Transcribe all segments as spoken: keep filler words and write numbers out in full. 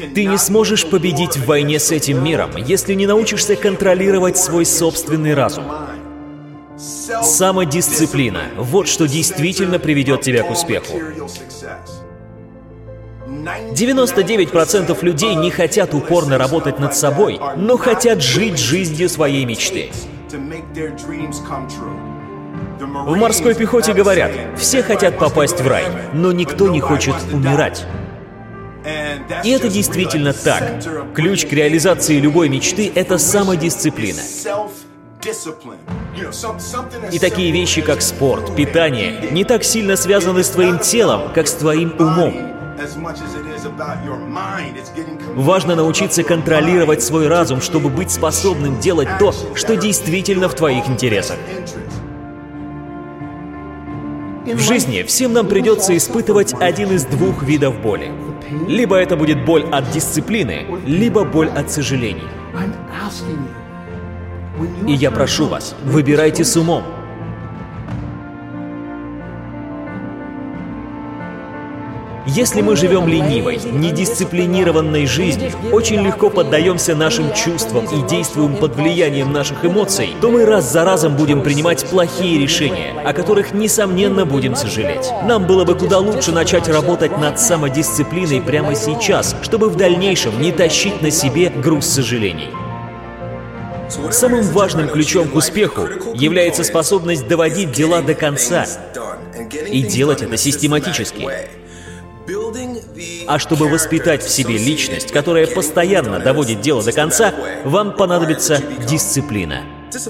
Ты не сможешь победить в войне с этим миром, если не научишься контролировать свой собственный разум. Самодисциплина – вот что действительно приведет тебя к успеху. девяносто девять процентов людей не хотят упорно работать над собой, но хотят жить жизнью своей мечты. В морской пехоте говорят, все хотят попасть в рай, но никто не хочет умирать. И это действительно так. Ключ к реализации любой мечты – это самодисциплина. И такие вещи, как спорт, питание, не так сильно связаны с твоим телом, как с твоим умом. Важно научиться контролировать свой разум, чтобы быть способным делать то, что действительно в твоих интересах. В жизни всем нам придется испытывать один из двух видов боли. Либо это будет боль от дисциплины, либо боль от сожалений. И я прошу вас, выбирайте с умом. Если мы живем ленивой, недисциплинированной жизнью, очень легко поддаемся нашим чувствам и действуем под влиянием наших эмоций, то мы раз за разом будем принимать плохие решения, о которых, несомненно, будем сожалеть. Нам было бы куда лучше начать работать над самодисциплиной прямо сейчас, чтобы в дальнейшем не тащить на себе груз сожалений. Самым важным ключом к успеху является способность доводить дела до конца и делать это систематически. А чтобы воспитать в себе личность, которая постоянно доводит дело до конца, вам понадобится дисциплина.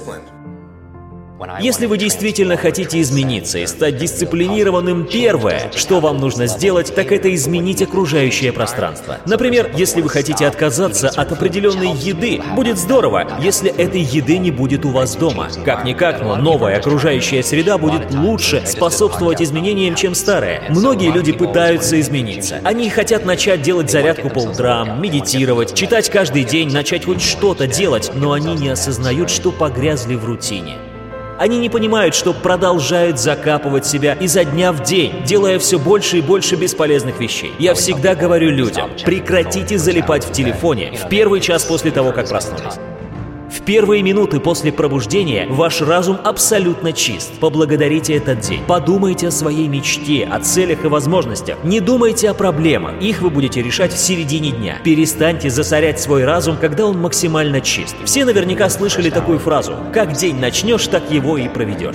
Если вы действительно хотите измениться и стать дисциплинированным, первое, что вам нужно сделать, так это изменить окружающее пространство. Например, если вы хотите отказаться от определенной еды, будет здорово, если этой еды не будет у вас дома. Как-никак, но новая окружающая среда будет лучше способствовать изменениям, чем старая. Многие люди пытаются измениться. Они хотят начать делать зарядку по утрам, медитировать, читать каждый день, начать хоть что-то делать, но они не осознают, что погрязли в рутине. Они не понимают, что продолжают закапывать себя изо дня в день, делая все больше и больше бесполезных вещей. Я всегда говорю людям, прекратите залипать в телефоне в первый час после того, как проснулись. В первые минуты после пробуждения ваш разум абсолютно чист. Поблагодарите этот день. Подумайте о своей мечте, о целях и возможностях. Не думайте о проблемах. Их вы будете решать в середине дня. Перестаньте засорять свой разум, когда он максимально чист. Все наверняка слышали такую фразу: «Как день начнешь, так его и проведешь».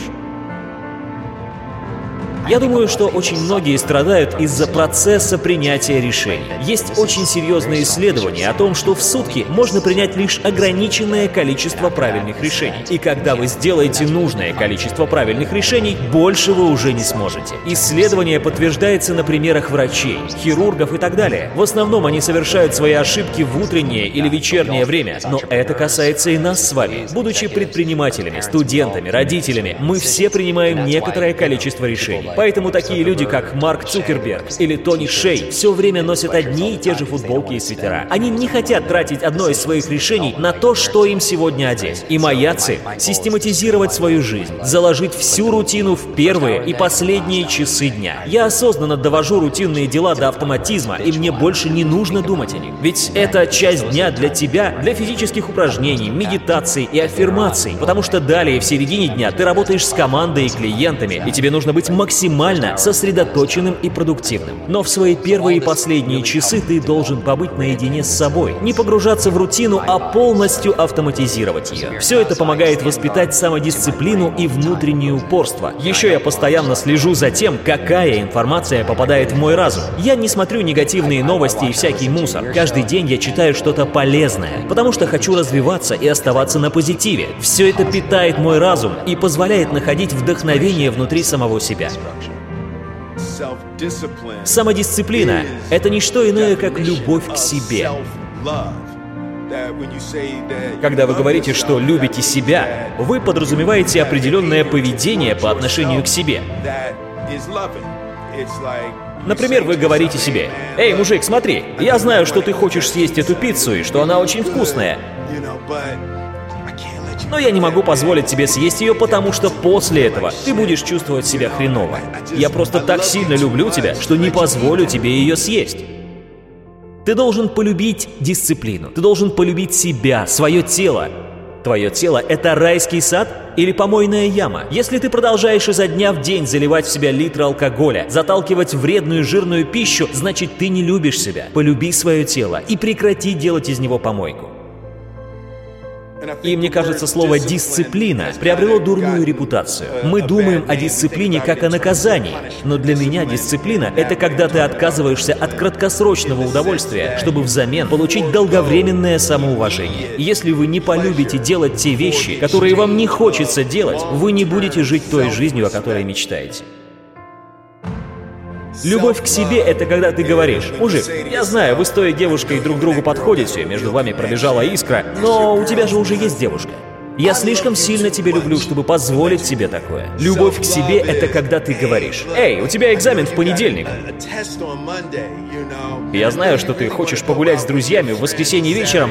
Я думаю, что очень многие страдают из-за процесса принятия решений. Есть очень серьезные исследования о том, что в сутки можно принять лишь ограниченное количество правильных решений. И когда вы сделаете нужное количество правильных решений, больше вы уже не сможете. Исследование подтверждается на примерах врачей, хирургов и так далее. В основном они совершают свои ошибки в утреннее или вечернее время, но это касается и нас с вами. Будучи предпринимателями, студентами, родителями, мы все принимаем некоторое количество решений. Поэтому такие люди, как Марк Цукерберг или Тони Шей, все время носят одни и те же футболки и свитера. Они не хотят тратить одно из своих решений на то, что им сегодня одеть. И моя цель — систематизировать свою жизнь, заложить всю рутину в первые и последние часы дня. Я осознанно довожу рутинные дела до автоматизма, и мне больше не нужно думать о них. Ведь это часть дня для тебя, для физических упражнений, медитаций и аффирмаций, потому что далее в середине дня ты работаешь с командой и клиентами, и тебе нужно быть максимально максимально сосредоточенным и продуктивным. Но в свои первые и последние часы ты должен побыть наедине с собой, не погружаться в рутину, а полностью автоматизировать ее. Все это помогает воспитать самодисциплину и внутреннее упорство. Еще я постоянно слежу за тем, какая информация попадает в мой разум. Я не смотрю негативные новости и всякий мусор. Каждый день я читаю что-то полезное, потому что хочу развиваться и оставаться на позитиве. Все это питает мой разум и позволяет находить вдохновение внутри самого себя. Самодисциплина — это не что иное, как любовь к себе. Когда вы говорите, что любите себя, вы подразумеваете определенное поведение по отношению к себе. Например, вы говорите себе: «Эй, мужик, смотри, я знаю, что ты хочешь съесть эту пиццу и что она очень вкусная. Но я не могу позволить тебе съесть ее, потому что после этого ты будешь чувствовать себя хреново. Я просто так сильно люблю тебя, что не позволю тебе ее съесть». Ты должен полюбить дисциплину. Ты должен полюбить себя, свое тело. Твое тело — это райский сад или помойная яма? Если ты продолжаешь изо дня в день заливать в себя литры алкоголя, заталкивать вредную жирную пищу, значит, ты не любишь себя. Полюби свое тело и прекрати делать из него помойку. И мне кажется, слово «дисциплина» приобрело дурную репутацию. Мы думаем о дисциплине как о наказании, но для меня дисциплина — это когда ты отказываешься от краткосрочного удовольствия, чтобы взамен получить долговременное самоуважение. Если вы не полюбите делать те вещи, которые вам не хочется делать, вы не будете жить той жизнью, о которой мечтаете. Любовь к себе — это когда ты говоришь: «Мужик, я знаю, вы с той девушкой друг другу подходите, между вами пробежала искра, но у тебя же уже есть девушка. Я слишком сильно тебя люблю, чтобы позволить себе такое». Любовь к себе — это когда ты говоришь: «Эй, у тебя экзамен в понедельник. Я знаю, что ты хочешь погулять с друзьями в воскресенье вечером,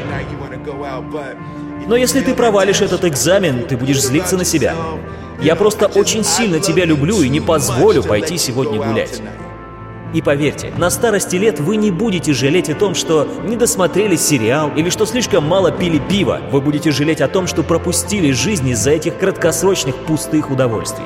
но если ты провалишь этот экзамен, ты будешь злиться на себя. Я просто очень сильно тебя люблю и не позволю пойти сегодня гулять». И поверьте, на старости лет вы не будете жалеть о том, что не досмотрели сериал или что слишком мало пили пиво. Вы будете жалеть о том, что пропустили жизнь из-за этих краткосрочных пустых удовольствий.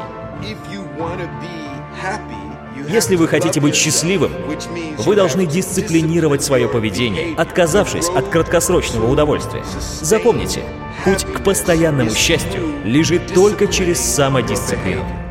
Если вы хотите быть счастливым, вы должны дисциплинировать свое поведение, отказавшись от краткосрочного удовольствия. Запомните, путь к постоянному счастью лежит только через самодисциплину.